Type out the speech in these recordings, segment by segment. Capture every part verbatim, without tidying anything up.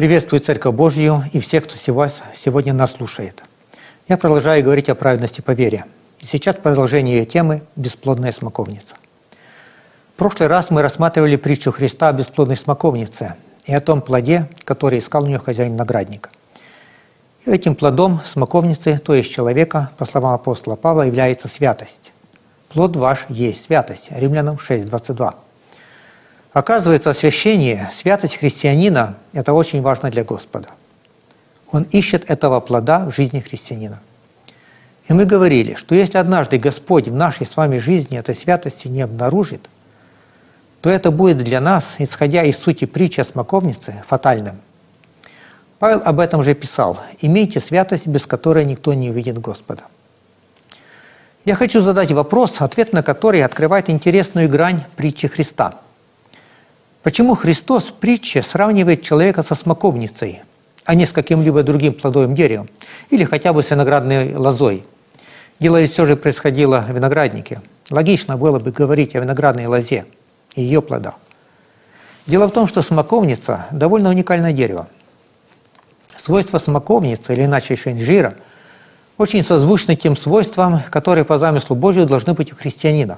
Приветствую Церковь Божью и всех, кто сегодня нас слушает. Я продолжаю говорить о праведности по вере. И сейчас продолжение ее темы «Бесплодная смоковница». В прошлый раз мы рассматривали притчу Христа о бесплодной смоковнице и о том плоде, который искал у нее хозяин виноградника. И этим плодом смоковницы, то есть человека, по словам апостола Павла, является святость. «Плод ваш есть святость» Римлянам шесть двадцать два. Оказывается, освящение, святость христианина – это очень важно для Господа. Он ищет этого плода в жизни христианина. И мы говорили, что если однажды Господь в нашей с вами жизни этой святости не обнаружит, то это будет для нас, исходя из сути притчи о смоковнице, фатальным. Павел об этом же писал: «Имейте святость, без которой никто не увидит Господа». Я хочу задать вопрос, ответ на который открывает интересную грань притчи Христа. Почему Христос в притче сравнивает человека со смоковницей, а не с каким-либо другим плодовым деревом или хотя бы с виноградной лозой? Дело ведь все же происходило в винограднике. Логично было бы говорить о виноградной лозе и ее плодах. Дело в том, что смоковница – довольно уникальное дерево. Свойства смоковницы, или иначе еще инжира, очень созвучны тем свойствам, которые по замыслу Божию должны быть у христианина.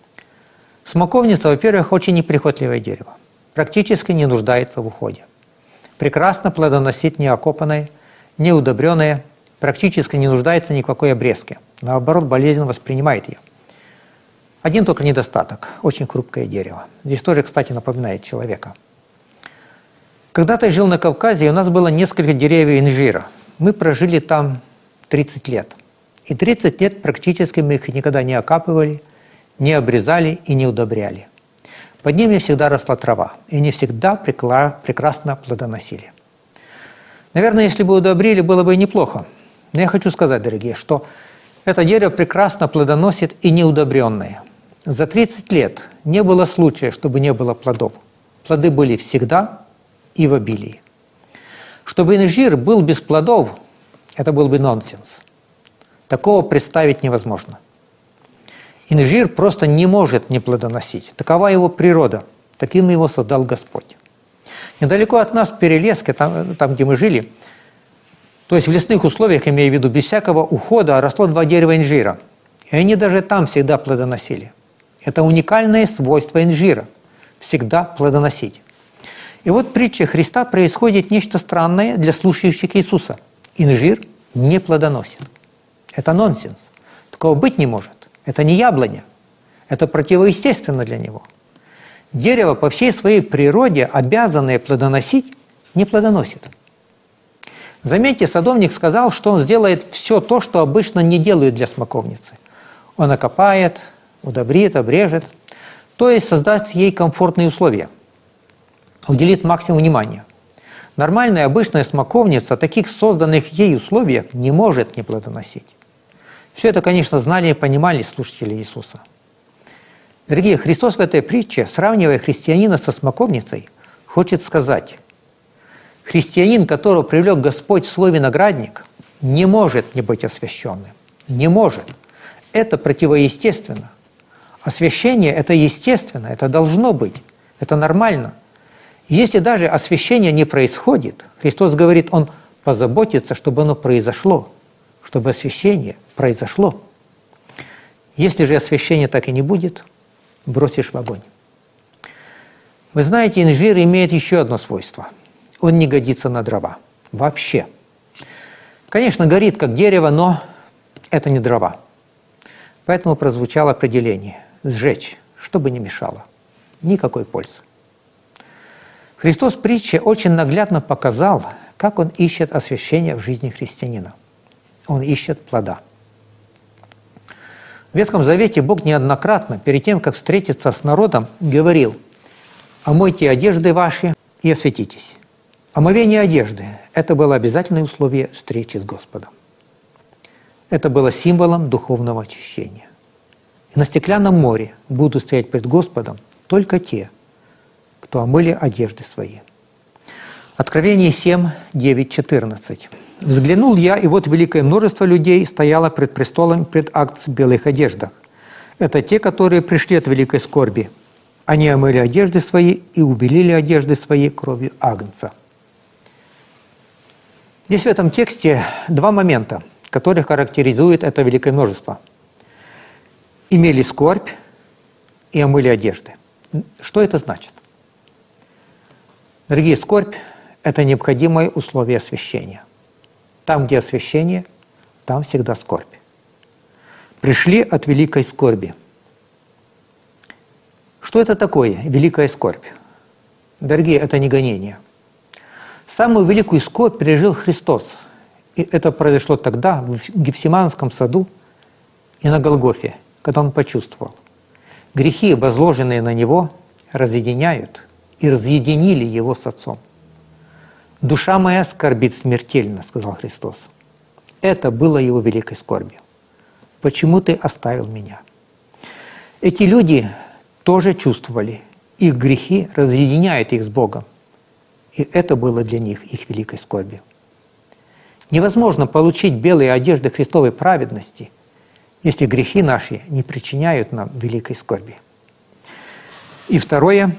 Смоковница, во-первых, очень неприхотливое дерево, практически не нуждается в уходе. Прекрасно плодоносит неокопанное, неудобренное, практически не нуждается ни в какой обрезке. Наоборот, болезненно воспринимает ее. Один только недостаток – очень хрупкое дерево. Здесь тоже, кстати, напоминает человека. Когда-то я жил на Кавказе, и у нас было несколько деревьев инжира. Мы прожили там тридцать лет. И тридцать лет практически мы их никогда не окапывали, не обрезали и не удобряли. Под ними всегда росла трава, и они всегда прекрасно плодоносили. Наверное, если бы удобрили, было бы и неплохо. Но я хочу сказать, дорогие, что это дерево прекрасно плодоносит и неудобренное. За тридцать лет не было случая, чтобы не было плодов. Плоды были всегда и в обилии. Чтобы инжир был без плодов, это был бы нонсенс. Такого представить невозможно. Инжир просто не может не плодоносить. Такова его природа. Таким его создал Господь. Недалеко от нас, в Перелеске, там, там, где мы жили, то есть в лесных условиях, имею в виду, без всякого ухода, росло два дерева инжира. И они даже там всегда плодоносили. Это уникальное свойство инжира – всегда плодоносить. И вот в притче Христа происходит нечто странное для слушающих Иисуса. Инжир не плодоносит. Это нонсенс. Такого быть не может. Это не яблоня. Это противоестественно для него. Дерево по всей своей природе, обязанное плодоносить, не плодоносит. Заметьте, садовник сказал, что он сделает все то, что обычно не делают для смоковницы. Он окопает, удобрит, обрежет, то есть создаст ей комфортные условия, уделит максимум внимания. Нормальная обычная смоковница в таких созданных ей условиях не может не плодоносить. Все это, конечно, знали и понимали слушатели Иисуса. Дорогие, Христос в этой притче, сравнивая христианина со смоковницей, хочет сказать: христианин, которого привлек Господь в свой виноградник, не может не быть освященным. Не может. Это противоестественно. Освящение – это естественно, это должно быть, это нормально. И если даже освящение не происходит, Христос говорит, Он позаботится, чтобы оно произошло, чтобы освящение произошло. Если же освящения так и не будет, бросишь в огонь. Вы знаете, инжир имеет еще одно свойство. Он не годится на дрова. Вообще. Конечно, горит как дерево, но это не дрова. Поэтому прозвучало определение – сжечь, чтобы не мешало. Никакой пользы. Христос в притче очень наглядно показал, как Он ищет освящение в жизни христианина. Он ищет плода. В Ветхом Завете Бог неоднократно, перед тем, как встретиться с народом, говорил: «Омойте одежды ваши и осветитесь». Омовение одежды – это было обязательное условие встречи с Господом. Это было символом духовного очищения. И на стеклянном море будут стоять пред Господом только те, кто омыли одежды свои. Откровение семь, девять, четырнадцать. «Взглянул я, и вот великое множество людей стояло пред престолом пред акт в белых одеждах. Это те, которые пришли от великой скорби. Они омыли одежды свои и убелили одежды свои кровью агнца». Здесь в этом тексте два момента, которые характеризуют это великое множество. Имели скорбь и омыли одежды. Что это значит? Дорогие, скорбь – это необходимое условие освящения. Там, где освящение, там всегда скорбь. Пришли от великой скорби. Что это такое, великая скорбь? Дорогие, это не гонение. Самую великую скорбь пережил Христос. И это произошло тогда, в Гефсиманском саду и на Голгофе, когда Он почувствовал. Грехи, возложенные на Него, разъединяют и разъединили Его с Отцом. «Душа моя скорбит смертельно», — сказал Христос. Это было Его великой скорбью. «Почему Ты оставил Меня?» Эти люди тоже чувствовали, их грехи разъединяют их с Богом. И это было для них их великой скорбью. Невозможно получить белые одежды Христовой праведности, если грехи наши не причиняют нам великой скорби. И второе,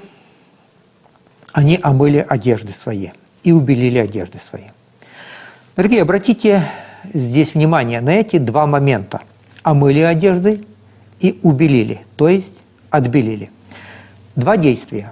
они омыли одежды свои и убелили одежды свои. Дорогие, обратите здесь внимание на эти два момента. Омыли одежды и убелили, то есть отбелили. Два действия.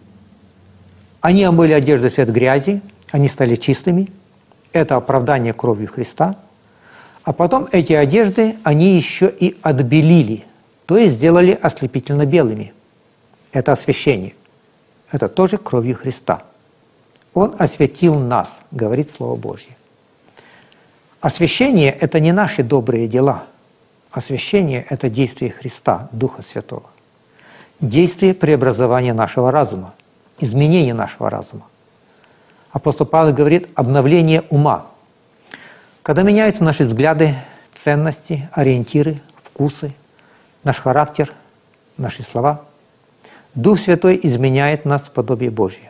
Они омыли одежды от грязи, они стали чистыми. Это оправдание кровью Христа. А потом эти одежды они еще и отбелили, то есть сделали ослепительно белыми. Это освящение. Это тоже кровью Христа. Он освятил нас, говорит Слово Божье. Освящение – это не наши добрые дела. Освящение – это действие Христа, Духа Святого. Действие преобразования нашего разума, изменение нашего разума. Апостол Павел говорит обновление ума. Когда меняются наши взгляды, ценности, ориентиры, вкусы, наш характер, наши слова, Дух Святой изменяет нас в подобие Божье.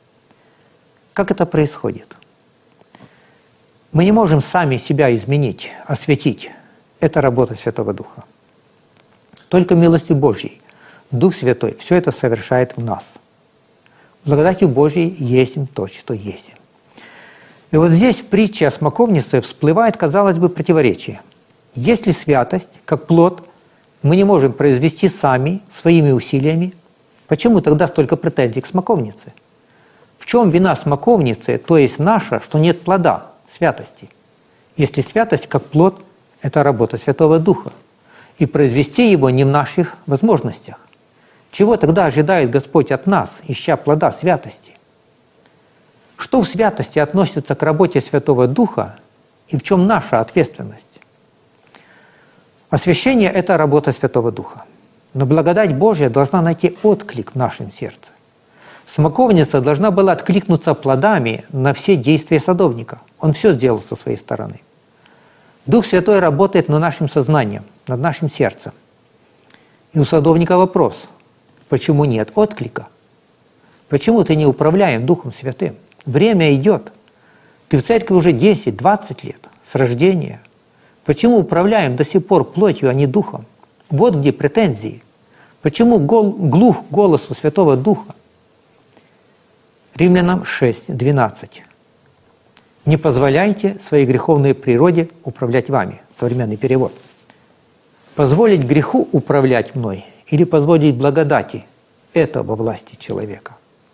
Как это происходит? Мы не можем сами себя изменить, осветить. Это работа Святого Духа. Только милостью Божьей Дух Святой все это совершает в нас. Благодатью Божьей есть то, что есть. И вот здесь в притче о смоковнице всплывает, казалось бы, противоречие. Если святость, как плод, мы не можем произвести сами, своими усилиями, почему тогда столько претензий к смоковнице? В чем вина смоковницы, то есть наша, что нет плода святости? Если святость, как плод, это работа Святого Духа, и произвести его не в наших возможностях. Чего тогда ожидает Господь от нас, ища плода святости? Что в святости относится к работе Святого Духа и в чем наша ответственность? Освящение – это работа Святого Духа. Но благодать Божья должна найти отклик в нашем сердце. Смоковница должна была откликнуться плодами на все действия садовника. Он все сделал со своей стороны. Дух Святой работает над нашим сознанием, над нашим сердцем. И у садовника вопрос – почему нет отклика? Почему ты не управляем Духом Святым? Время идет. Ты в церкви уже десять-двадцать лет, с рождения. Почему управляем до сих пор плотью, а не Духом? Вот где претензии. Почему гол, глух голосу Святого Духа? Римлянам шесть двенадцать. «Не позволяйте своей греховной природе управлять вами». Современный перевод. Позволить греху управлять мной или позволить благодати – это во власти человека.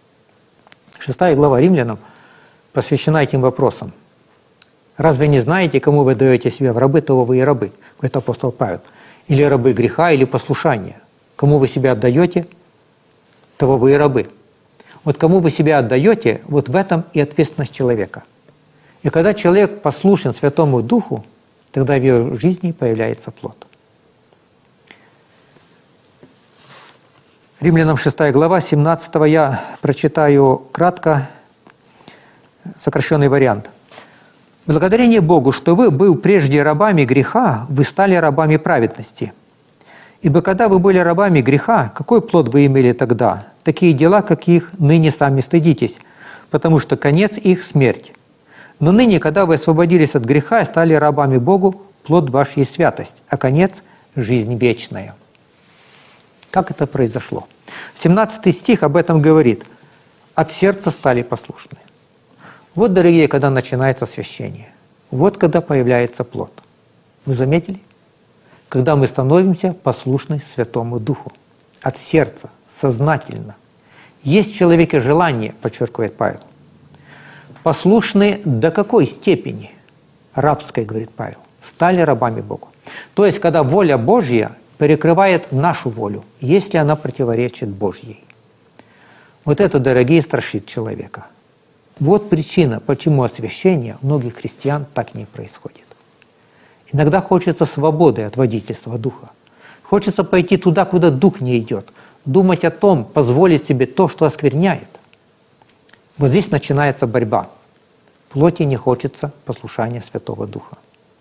Шестая глава Римлянам посвящена этим вопросам. «Разве не знаете, кому вы даете себя в рабы, того вы и рабы?» – говорит апостол Павел. Или рабы греха, или послушания. Кому вы себя отдаете, того вы и рабы. Вот кому вы себя отдаете, вот в этом и ответственность человека. И когда человек послушен Святому Духу, тогда в его жизни появляется плод. Римлянам шестая глава, семнадцатого я прочитаю кратко, сокращенный вариант. «Благодарение Богу, что вы, был прежде рабами греха, вы стали рабами праведности. Ибо когда вы были рабами греха, какой плод вы имели тогда? Такие дела, каких ныне сами стыдитесь, потому что конец их – смерть. Но ныне, когда вы освободились от греха и стали рабами Богу, плод ваш есть святость, а конец – жизнь вечная». Как это произошло? семнадцатый стих об этом говорит. «От сердца стали послушны». Вот, дорогие, когда начинается освящение. Вот когда появляется плод. Вы заметили? Когда мы становимся послушны Святому Духу. От сердца, сознательно. Есть в человеке желание, подчеркивает Павел. Послушны до какой степени? Рабской, говорит Павел. Стали рабами Богу. То есть, когда воля Божья перекрывает нашу волю, если она противоречит Божьей. Вот это, дорогие, страшит человека. Вот причина, почему освящение у многих христиан так не происходит. Иногда хочется свободы от водительства Духа. Хочется пойти туда, куда Дух не идет. Думать о том, позволить себе то, что оскверняет. Вот здесь начинается борьба. Плоти не хочется послушания Святого Духа.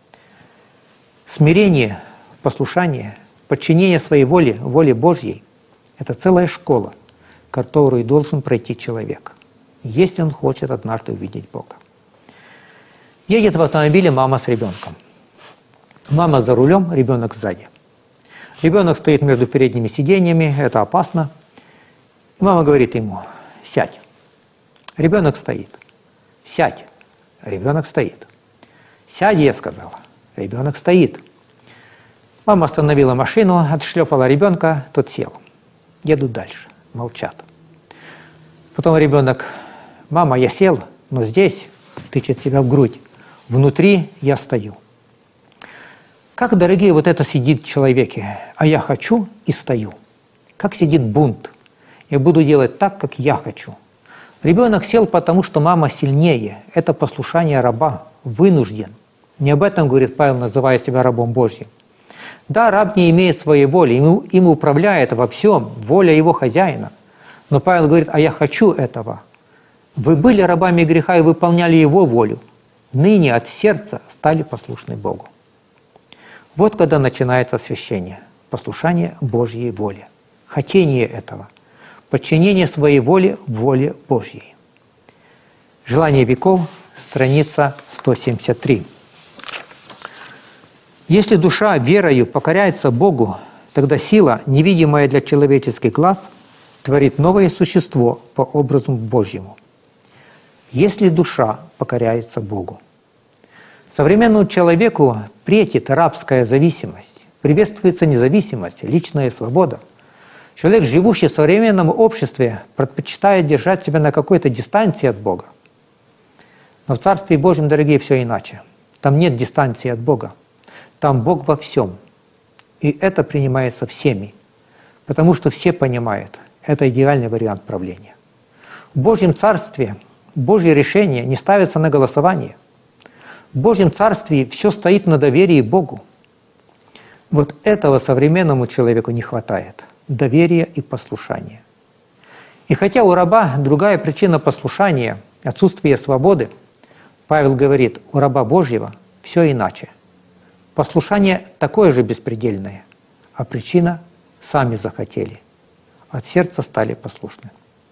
Смирение, послушание, подчинение своей воле, воле Божьей – это целая школа, которую должен пройти человек, если он хочет однажды увидеть Бога. Едет в автомобиле мама с ребенком. Мама за рулем, ребенок сзади. Ребенок стоит между передними сиденьями, это опасно. Мама говорит ему: сядь. Ребенок стоит. Сядь. Ребенок стоит. Сядь, я сказала. Ребенок стоит. Мама остановила машину, отшлепала ребенка, тот сел. Едут дальше, молчат. Потом ребенок: мама, я сел, но здесь, тычет себя в грудь, внутри я стою. Как, дорогие, вот это сидит в человеке? А я хочу и стою. Как сидит бунт? Я буду делать так, как я хочу. Ребенок сел, потому что мама сильнее. Это послушание раба, вынужден. Не об этом говорит Павел, называя себя рабом Божьим. Да, раб не имеет своей воли, ему, им управляет во всем воля его хозяина. Но Павел говорит: а я хочу этого. Вы были рабами греха и выполняли его волю. Ныне от сердца стали послушны Богу. Вот когда начинается освящение, послушание Божьей воле, хотение этого, подчинение своей воле воле Божьей. Желание веков, страница сто семьдесят три. Если душа верою покоряется Богу, тогда сила, невидимая для человеческих глаз, творит новое существо по образу Божьему. Если душа покоряется Богу. Современному человеку претит рабская зависимость, приветствуется независимость, личная свобода. Человек, живущий в современном обществе, предпочитает держать себя на какой-то дистанции от Бога. Но в Царстве Божьем, дорогие, все иначе. Там нет дистанции от Бога. Там Бог во всем. И это принимается всеми, потому что все понимают, это идеальный вариант правления. В Божьем Царстве Божьи решения не ставятся на голосование. В Божьем Царстве все стоит на доверии Богу. Вот этого современному человеку не хватает. Доверия и послушания. И хотя у раба другая причина послушания – отсутствие свободы, Павел говорит, у раба Божьего все иначе. Послушание такое же беспредельное, а причина – сами захотели. От сердца стали послушны.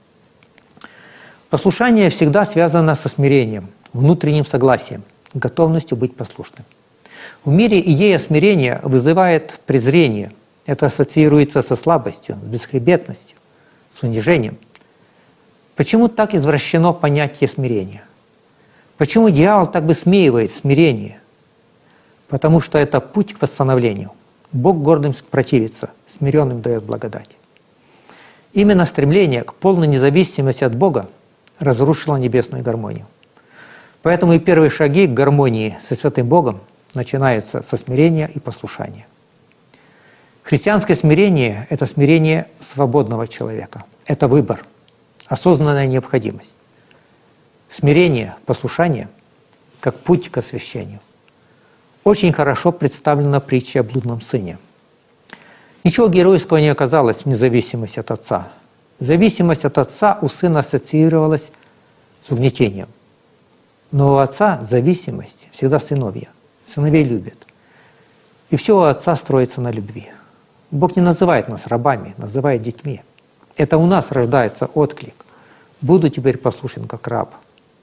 Послушание всегда связано со смирением, внутренним согласием, готовностью быть послушным. В мире идея смирения вызывает презрение. Это ассоциируется со слабостью, с бесхребетностью, с унижением. Почему так извращено понятие смирения? Почему дьявол так высмеивает смирение? Потому что это путь к восстановлению. Бог гордым противится, смиренным дает благодать. Именно стремление к полной независимости от Бога разрушило небесную гармонию. Поэтому и первые шаги к гармонии со Святым Богом начинаются со смирения и послушания. Христианское смирение – это смирение свободного человека. Это выбор, осознанная необходимость. Смирение, послушание – как путь к освящению. Очень хорошо представлена притча о блудном сыне. Ничего геройского не оказалось в независимости от отца. Зависимость от отца у сына ассоциировалась с угнетением. Но у отца зависимость всегда сыновья. Сыновей любят. И все у отца строится на любви. Бог не называет нас рабами, называет детьми. Это у нас рождается отклик. Буду теперь послушен как раб.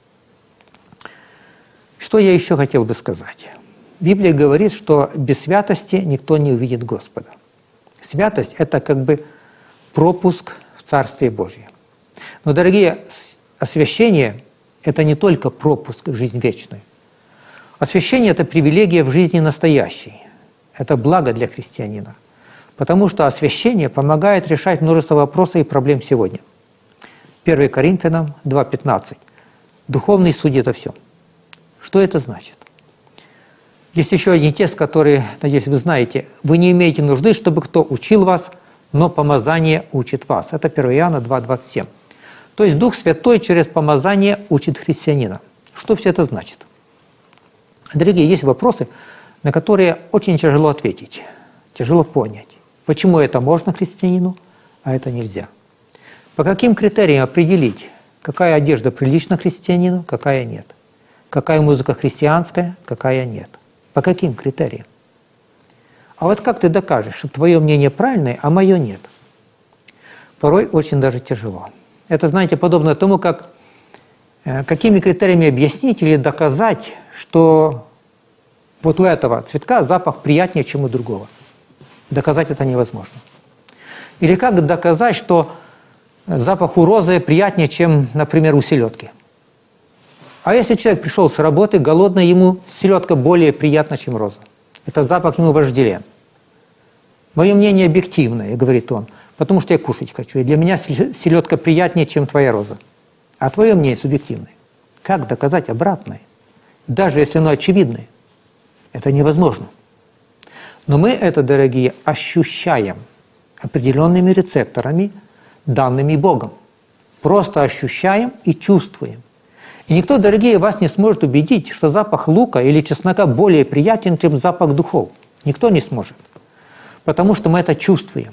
Что я еще хотел бы сказать? Библия говорит, что без святости никто не увидит Господа. Святость – это как бы пропуск в Царствие Божье. Но, дорогие, освящение это не только пропуск в жизнь вечную. Освящение – это привилегия в жизни настоящей. Это благо для христианина. Потому что освящение помогает решать множество вопросов и проблем сегодня. первое Коринфянам два пятнадцать. Духовный судит о всем. Что это значит? Есть еще один текст, который, надеюсь, вы знаете. Вы не имеете нужды, чтобы кто учил вас, но помазание учит вас. Это первое Иоанна два двадцать семь. То есть Дух Святой через помазание учит христианина. Что все это значит? Дорогие, есть вопросы, на которые очень тяжело ответить, тяжело понять. Почему это можно христианину, а это нельзя? По каким критериям определить, какая одежда прилична христианину, какая нет? Какая музыка христианская, какая нет? По каким критериям? А вот как ты докажешь, что твое мнение правильное, а мое нет? Порой очень даже тяжело. Это, знаете, подобно тому, как э, какими критериями объяснить или доказать, что вот у этого цветка запах приятнее, чем у другого. Доказать это невозможно. Или как доказать, что запах у розы приятнее, чем, например, у селедки. А если человек пришел с работы голодный, ему селедка более приятна, чем роза. Это запах ему вожделен. Мое мнение объективное, говорит он, потому что я кушать хочу. И для меня селедка приятнее, чем твоя роза. А твое мнение субъективное. Как доказать обратное? Даже если оно очевидное. Это невозможно. Но мы это, дорогие, ощущаем определенными рецепторами, данными Богом. Просто ощущаем и чувствуем. И никто, дорогие, вас не сможет убедить, что запах лука или чеснока более приятен, чем запах духов. Никто не сможет. Потому что мы это чувствуем.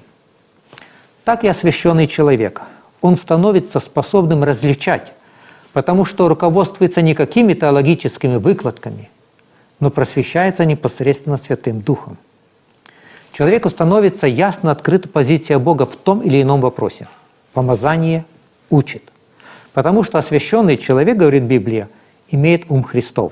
Так и освященный человек. Он становится способным различать, потому что руководствуется не какими-то логическими выкладками, но просвещается непосредственно Святым Духом. Человеку становится ясно открыта позиция Бога в том или ином вопросе. Помазание учит. Потому что освященный человек, говорит Библия, имеет ум Христов.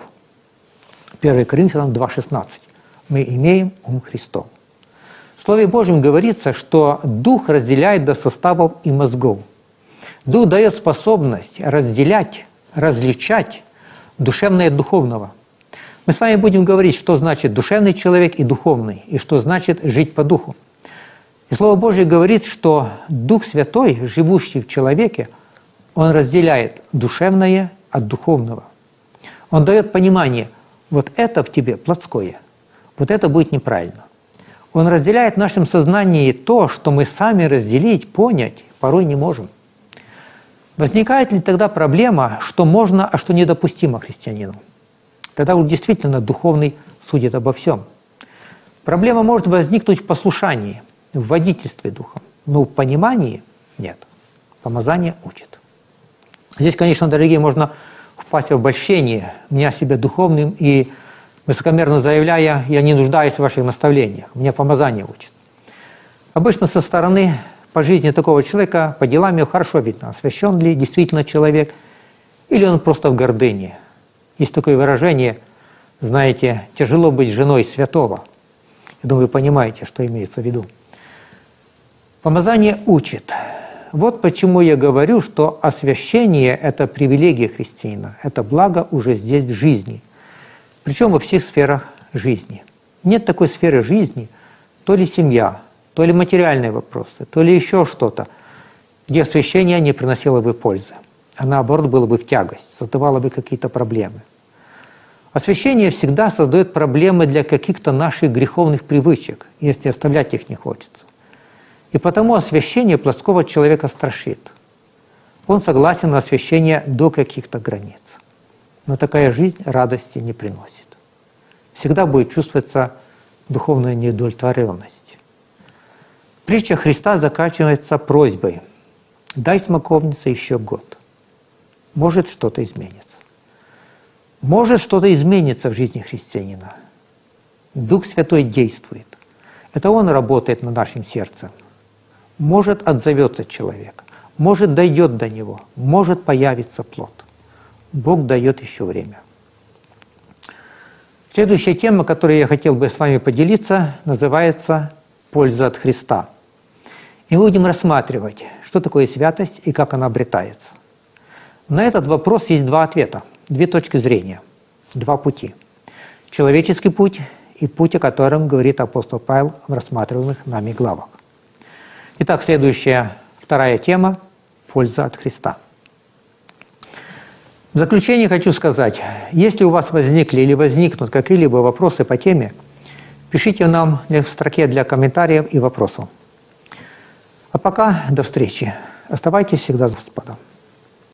первое Коринфянам два шестнадцать. Мы имеем ум Христов. В Слове Божьем говорится, что Дух разделяет до составов и мозгов. Дух дает способность разделять, различать душевное от духовного. Мы с вами будем говорить, что значит душевный человек и духовный, и что значит жить по духу. И Слово Божье говорит, что Дух Святой, живущий в человеке, Он разделяет душевное от духовного. Он дает понимание, вот это в тебе плотское, вот это будет неправильно. Он разделяет в нашем сознании то, что мы сами разделить, понять порой не можем. Возникает ли тогда проблема, что можно, а что недопустимо христианину? Тогда уж действительно духовный судит обо всем. Проблема может возникнуть в послушании, в водительстве духом, но в понимании нет. Помазание учит. Здесь, конечно, дорогие, можно впасть в обольщение, меня себя духовным и высокомерно заявляя, я не нуждаюсь в ваших наставлениях, мне помазание учит. Обычно со стороны по жизни такого человека, по делам его хорошо видно, освящен ли действительно человек, или он просто в гордыне. Есть такое выражение, знаете, тяжело быть женой святого. Я думаю, вы понимаете, что имеется в виду. Помазание учит. Вот почему я говорю, что освящение – это привилегия христианина, это благо уже здесь в жизни, причем во всех сферах жизни. Нет такой сферы жизни, то ли семья, то ли материальные вопросы, то ли еще что-то, где освящение не приносило бы пользы, а наоборот было бы в тягость, создавало бы какие-то проблемы. Освящение всегда создает проблемы для каких-то наших греховных привычек, если оставлять их не хочется. И потому освящение плотского человека страшит. Он согласен на освящение до каких-то границ. Но такая жизнь радости не приносит. Всегда будет чувствоваться духовная неудовлетворенность. Притча Христа заканчивается просьбой: «Дай смоковнице еще год. Может, что-то изменится». Может, что-то изменится в жизни христианина. Дух Святой действует. Это Он работает над нашим сердцем. Может, отзовется человек, может, дойдет до него, может, появится плод. Бог дает еще время. Следующая тема, которой я хотел бы с вами поделиться, называется «Польза от Христа». И мы будем рассматривать, что такое святость и как она обретается. На этот вопрос есть два ответа, две точки зрения, два пути. Человеческий путь и путь, о котором говорит апостол Павел в рассматриваемых нами главах. Итак, следующая, вторая тема – польза от Христа. В заключение хочу сказать, если у вас возникли или возникнут какие-либо вопросы по теме, пишите нам в строке для комментариев и вопросов. А пока до встречи. Оставайтесь всегда с Господом.